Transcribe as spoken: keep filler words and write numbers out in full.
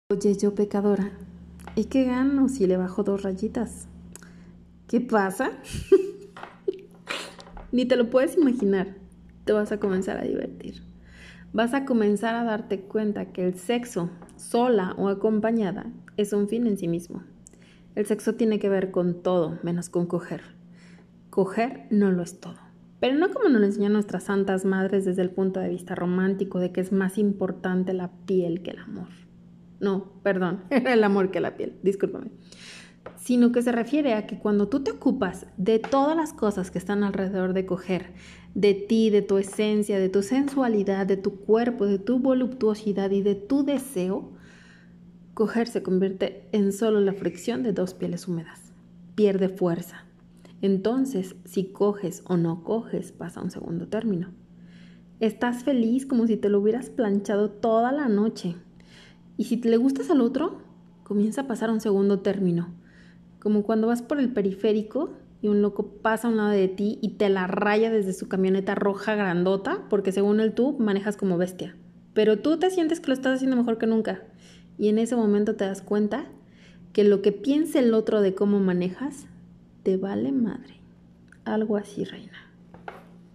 Oye, yo pecadora, ¿y qué gano si le bajo dos rayitas? ¿Qué pasa? Ni te lo puedes imaginar. Te vas a comenzar a divertir. Vas a comenzar a darte cuenta que el sexo, sola o acompañada, es un fin en sí mismo. El sexo tiene que ver con todo, menos con coger. Coger no lo es todo. Pero no como nos lo enseñan nuestras santas madres desde el punto de vista romántico de que es más importante la piel que el amor. No, perdón, era el amor que la piel, discúlpame. Sino que se refiere a que cuando tú te ocupas de todas las cosas que están alrededor de coger, de ti, de tu esencia, de tu sensualidad, de tu cuerpo, de tu voluptuosidad y de tu deseo, coger se convierte en solo la fricción de dos pieles húmedas. Pierde fuerza. Entonces, si coges o no coges, pasa a un segundo término. Estás feliz como si te lo hubieras planchado toda la noche. Y si te le gustas al otro, comienza a pasar a un segundo término. Como cuando vas por el periférico y un loco pasa a un lado de ti y te la raya desde su camioneta roja grandota, porque según él tú manejas como bestia. Pero tú te sientes que lo estás haciendo mejor que nunca. Y en ese momento te das cuenta que lo que piense el otro de cómo manejas, te vale madre. Algo así, reina.